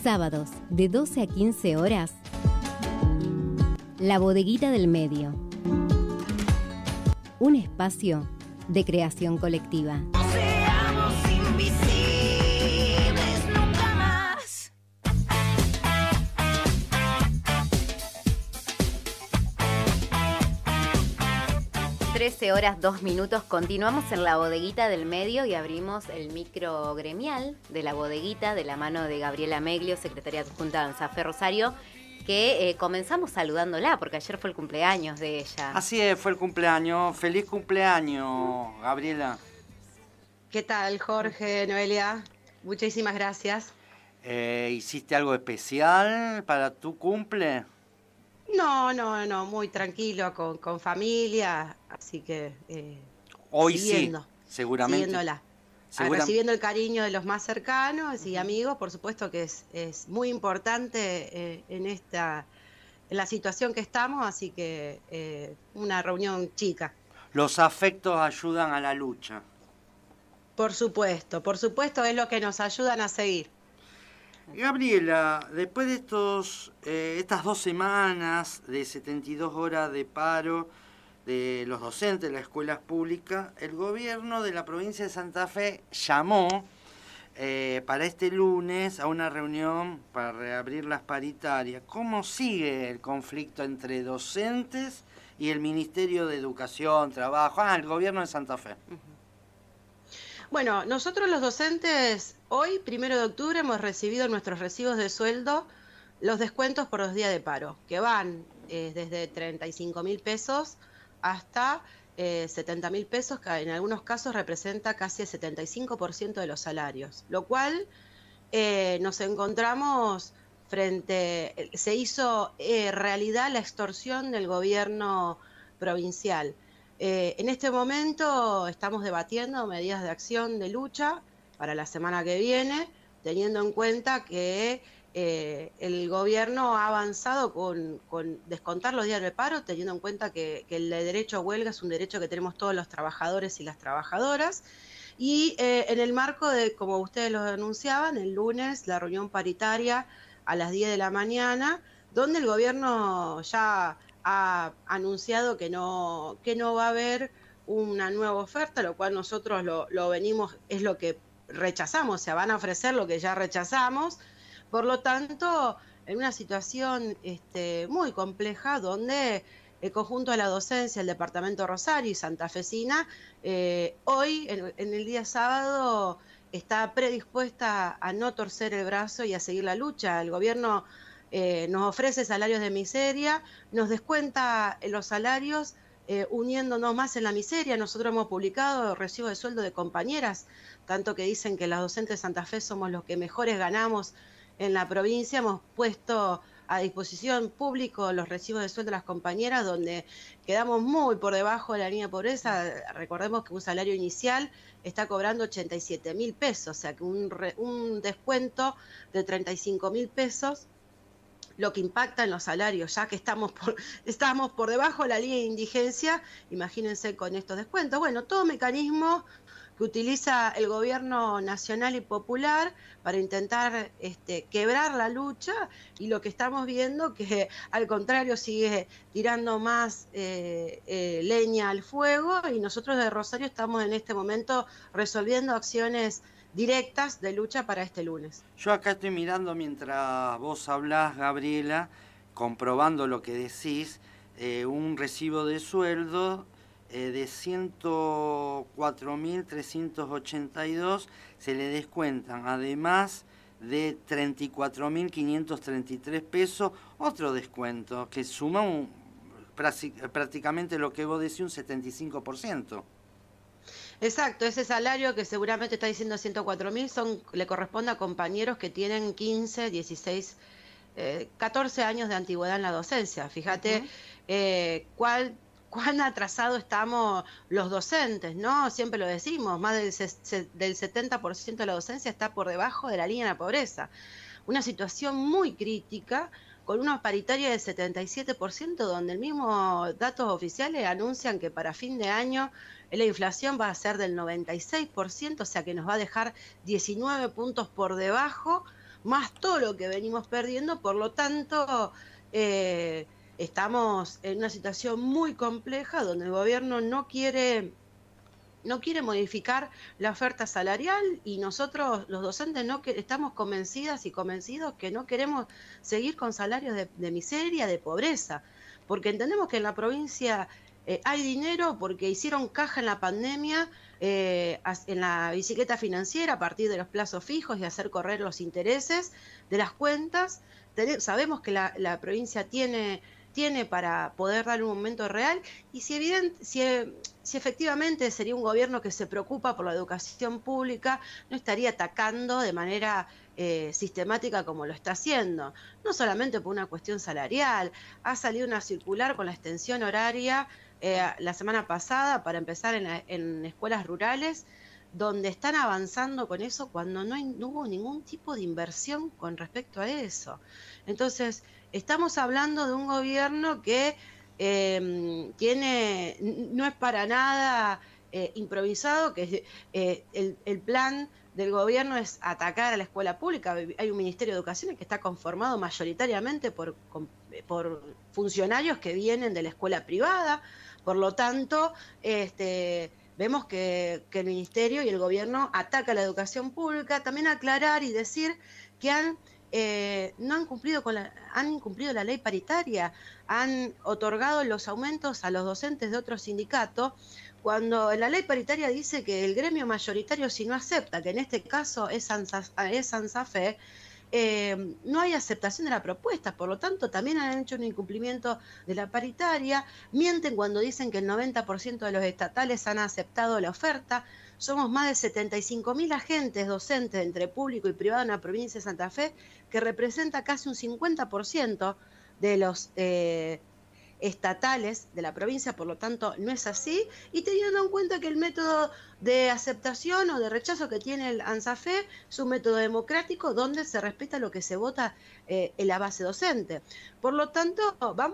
Sábados, de 12 a 15 horas, La Bodeguita del Medio. Un espacio de creación colectiva. Seamos invisibles nunca más. 13:02. Continuamos en La Bodeguita del Medio y abrimos el micro gremial de La Bodeguita de la mano de Gabriela Meglio, secretaria adjunta de ANSAFE Rosario, que comenzamos saludándola porque ayer fue el cumpleaños de ella. Así es, fue el cumpleaños. Feliz cumpleaños, Gabriela. ¿Qué tal, Jorge, Noelia? Muchísimas gracias. ¿Hiciste algo especial para tu cumple? No, muy tranquilo, con familia, así que Hoy siguiendo, sí, seguramente. siguiéndola. Recibiendo el cariño de los más cercanos y amigos, por supuesto que es muy importante en la situación que estamos, así que una reunión chica. Los afectos ayudan a la lucha. Por supuesto, es lo que nos ayudan a seguir. Gabriela, después de estas 2 semanas de 72 horas de paro de los docentes de las escuelas públicas, el gobierno de la provincia de Santa Fe llamó para este lunes a una reunión para reabrir las paritarias. ¿Cómo sigue el conflicto entre docentes y el Ministerio de Educación, Trabajo, el gobierno de Santa Fe? Bueno, nosotros los docentes hoy, 1 de octubre, hemos recibido en nuestros recibos de sueldo los descuentos por los días de paro, que van desde 35.000 pesos hasta 70.000 pesos, que en algunos casos representa casi el 75% de los salarios, lo cual nos encontramos se hizo realidad la extorsión del gobierno provincial. En este momento estamos debatiendo medidas de acción de lucha para la semana que viene, teniendo en cuenta que el gobierno ha avanzado con descontar los días de paro, teniendo en cuenta que el derecho a huelga es un derecho que tenemos todos los trabajadores y las trabajadoras. Y en el marco de, como ustedes lo anunciaban, el lunes la reunión paritaria a las 10 de la mañana, donde el gobierno ya ha anunciado que no va a haber una nueva oferta, lo cual nosotros lo venimos, es lo que rechazamos, o sea, van a ofrecer lo que ya rechazamos. Por lo tanto, en una situación muy compleja, donde el conjunto de la docencia, el departamento Rosario y santafesina, hoy, en el día sábado, está predispuesta a no torcer el brazo y a seguir la lucha. El gobierno nos ofrece salarios de miseria, nos descuenta los salarios uniéndonos más en la miseria. Nosotros hemos publicado recibos de sueldo de compañeras, tanto que dicen que las docentes de Santa Fe somos los que mejores ganamos en la provincia. Hemos puesto a disposición público los recibos de sueldo de las compañeras, donde quedamos muy por debajo de la línea de pobreza. Recordemos que un salario inicial está cobrando 87.000 pesos, o sea que un descuento de 35.000 pesos, lo que impacta en los salarios, ya que estamos por debajo de la línea de indigencia, imagínense con estos descuentos. Bueno, todo mecanismo que utiliza el gobierno nacional y popular para intentar quebrar la lucha, y lo que estamos viendo que al contrario sigue tirando más leña al fuego, y nosotros de Rosario estamos en este momento resolviendo acciones directas de lucha para este lunes. Yo acá estoy mirando mientras vos hablás, Gabriela, comprobando lo que decís, un recibo de sueldo de 104.382 se le descuentan, además de 34.533 pesos, otro descuento que suma prácticamente lo que vos decís, un 75%. Exacto, ese salario que seguramente está diciendo 104.000 le corresponde a compañeros que tienen 15, 16, 14 años de antigüedad en la docencia. Fíjate cuán atrasados estamos los docentes, ¿no? Siempre lo decimos, más del 70% de la docencia está por debajo de la línea de la pobreza. Una situación muy crítica, con una paritaria del 77%, donde el mismo datos oficiales anuncian que para fin de año la inflación va a ser del 96%, o sea que nos va a dejar 19 puntos por debajo, más todo lo que venimos perdiendo, por lo tanto, estamos en una situación muy compleja donde el gobierno no quiere modificar la oferta salarial y nosotros los docentes estamos convencidas y convencidos que no queremos seguir con salarios de miseria, de pobreza, porque entendemos que en la provincia hay dinero porque hicieron caja en la pandemia, en la bicicleta financiera a partir de los plazos fijos y hacer correr los intereses de las cuentas. Sabemos que la provincia tiene para poder dar un momento real y si efectivamente sería un gobierno que se preocupa por la educación pública, no estaría atacando de manera sistemática como lo está haciendo, no solamente por una cuestión salarial. Ha salido una circular con la extensión horaria la semana pasada para empezar en escuelas rurales, donde están avanzando con eso cuando no hubo ningún tipo de inversión con respecto a eso. Entonces, estamos hablando de un gobierno que no es para nada improvisado, que el plan del gobierno es atacar a la escuela pública. Hay un Ministerio de Educación que está conformado mayoritariamente por funcionarios que vienen de la escuela privada. Por lo tanto, vemos que el Ministerio y el Gobierno ataca la educación pública. También aclarar y decir que han incumplido la ley paritaria, han otorgado los aumentos a los docentes de otros sindicatos, cuando en la ley paritaria dice que el gremio mayoritario, si no acepta, que en este caso es ANSAFE, no hay aceptación de la propuesta. Por lo tanto, también han hecho un incumplimiento de la paritaria, mienten cuando dicen que el 90% de los estatales han aceptado la oferta. Somos más de 75.000 agentes docentes entre público y privado en la provincia de Santa Fe, que representa casi un 50% de los estatales de la provincia. Por lo tanto, no es así. Y teniendo en cuenta que el método de aceptación o de rechazo que tiene el ANSAFE es un método democrático donde se respeta lo que se vota en la base docente. Por lo tanto,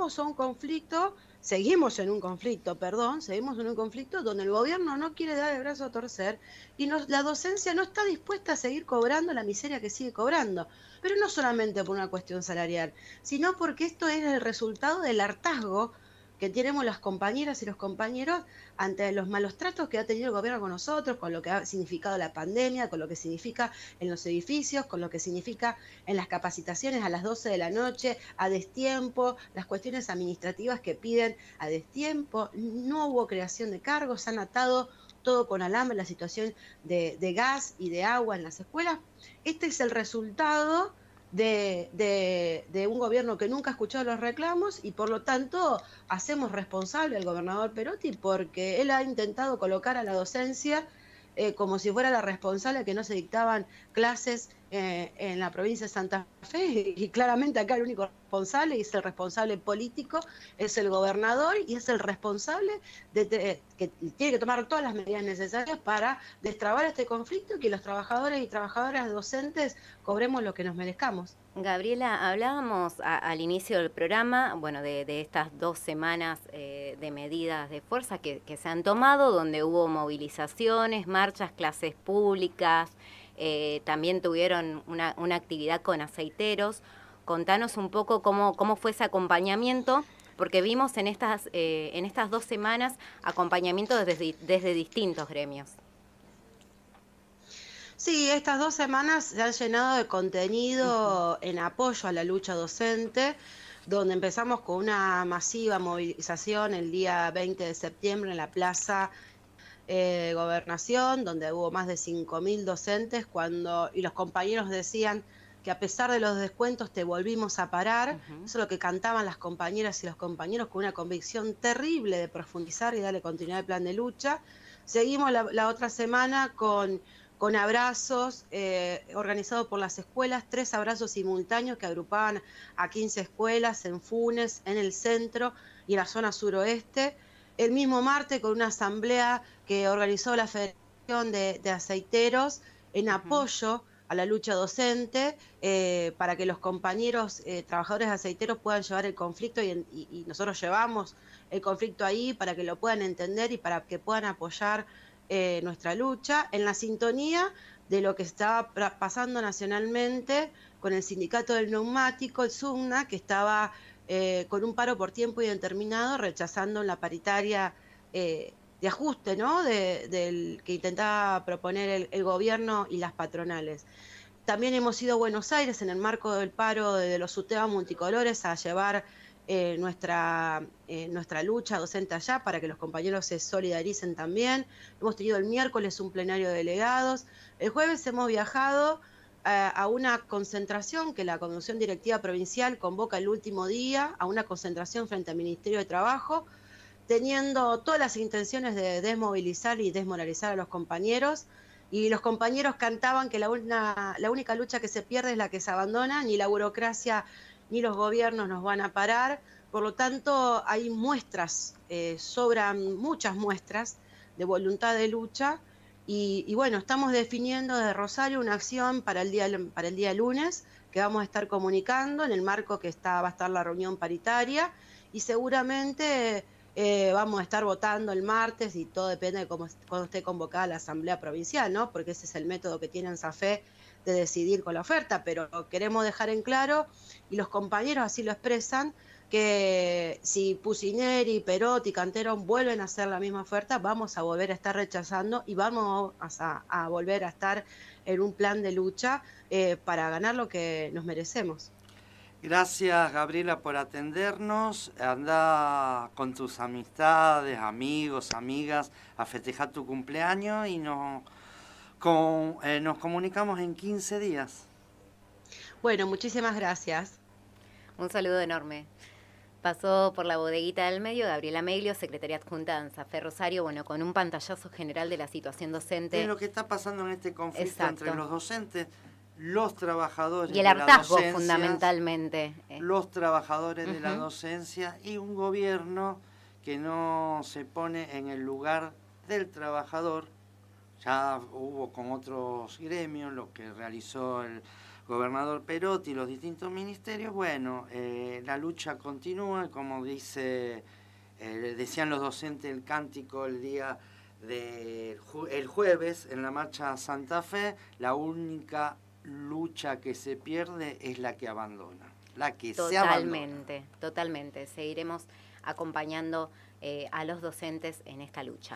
seguimos en un conflicto donde el gobierno no quiere dar el brazo a torcer y la docencia no está dispuesta a seguir cobrando la miseria que sigue cobrando. Pero no solamente por una cuestión salarial, sino porque esto es el resultado del hartazgo que tenemos las compañeras y los compañeros ante los malos tratos que ha tenido el gobierno con nosotros, con lo que ha significado la pandemia, con lo que significa en los edificios, con lo que significa en las capacitaciones a las 12 de la noche, a destiempo, las cuestiones administrativas que piden a destiempo. No hubo creación de cargos, han atado todo con alambre, la situación de gas y de agua en las escuelas. Este es el resultado de un gobierno que nunca ha escuchado los reclamos y por lo tanto hacemos responsable al gobernador Perotti porque él ha intentado colocar a la docencia como si fuera la responsable que no se dictaban clases en la provincia de Santa Fe y claramente acá el único responsable y es el responsable político, es el gobernador y es el responsable que tiene que tomar todas las medidas necesarias para destrabar este conflicto y que los trabajadores y trabajadoras docentes cobremos lo que nos merezcamos. Gabriela, hablábamos al inicio del programa, bueno, de estas 2 semanas de medidas de fuerza que se han tomado, donde hubo movilizaciones, marchas, clases públicas, también tuvieron una actividad con aceiteros. Contanos un poco cómo fue ese acompañamiento, porque vimos en estas 2 semanas acompañamiento desde distintos gremios. Sí, estas 2 semanas se han llenado de contenido en apoyo a la lucha docente, donde empezamos con una masiva movilización el día 20 de septiembre en la Plaza Gobernación, donde hubo más de 5.000 docentes y los compañeros decían que a pesar de los descuentos te volvimos a parar. Eso es lo que cantaban las compañeras y los compañeros con una convicción terrible de profundizar y darle continuidad al plan de lucha. Seguimos la otra semana con abrazos organizados por las escuelas, 3 abrazos simultáneos que agrupaban a 15 escuelas en Funes, en el centro y en la zona suroeste. El mismo martes con una asamblea que organizó la Federación de Aceiteros en apoyo a la lucha docente para que los compañeros trabajadores aceiteros puedan llevar el conflicto y nosotros llevamos el conflicto ahí para que lo puedan entender y para que puedan apoyar nuestra lucha, en la sintonía de lo que estaba pasando nacionalmente con el sindicato del neumático, el SUGNA, que estaba con un paro por tiempo indeterminado, rechazando la paritaria de ajuste, ¿no? Del que intentaba proponer el gobierno y las patronales. También hemos ido a Buenos Aires en el marco del paro de los UTEBA multicolores a llevar nuestra lucha docente allá para que los compañeros se solidaricen también. Hemos tenido el miércoles un plenario de delegados. El jueves hemos viajado a una concentración que la Comisión Directiva Provincial convoca el último día, a una concentración frente al Ministerio de Trabajo, teniendo todas las intenciones de desmovilizar y desmoralizar a los compañeros. Y los compañeros cantaban que la única lucha que se pierde es la que se abandona, ni la burocracia ni los gobiernos nos van a parar. Por lo tanto, hay muestras, sobran muchas muestras de voluntad de lucha. Y bueno, estamos definiendo desde Rosario una acción para el día lunes, que vamos a estar comunicando en el marco que va a estar la reunión paritaria, y seguramente vamos a estar votando el martes, y todo depende de cuando esté convocada la Asamblea Provincial, ¿no? Porque ese es el método que tiene SAFE de decidir con la oferta, pero queremos dejar en claro, y los compañeros así lo expresan, que si Pucineri, Perotti, Cantero vuelven a hacer la misma oferta, vamos a volver a estar rechazando y vamos a volver a estar en un plan de lucha para ganar lo que nos merecemos. Gracias, Gabriela, por atendernos. Anda con tus amistades, amigos, amigas a festejar tu cumpleaños y nos comunicamos en 15 días. Bueno, muchísimas gracias. Un saludo enorme. Pasó por la bodeguita del medio Gabriela Meglio, secretaria adjunta de ANSAFE Rosario, bueno, con un pantallazo general de la situación docente. De lo que está pasando en este conflicto Exacto. entre los docentes, los trabajadores y el de la hartazgo, docencia, fundamentalmente. los trabajadores de la docencia y un gobierno que no se pone en el lugar del trabajador. Ya hubo con otros gremios lo que realizó el gobernador Perotti y los distintos ministerios. Bueno, la lucha continúa, como decían los docentes el cántico el día el jueves en la marcha Santa Fe, la única lucha que se pierde es la que abandona, la que se abandona. Totalmente. Seguiremos acompañando a los docentes en esta lucha.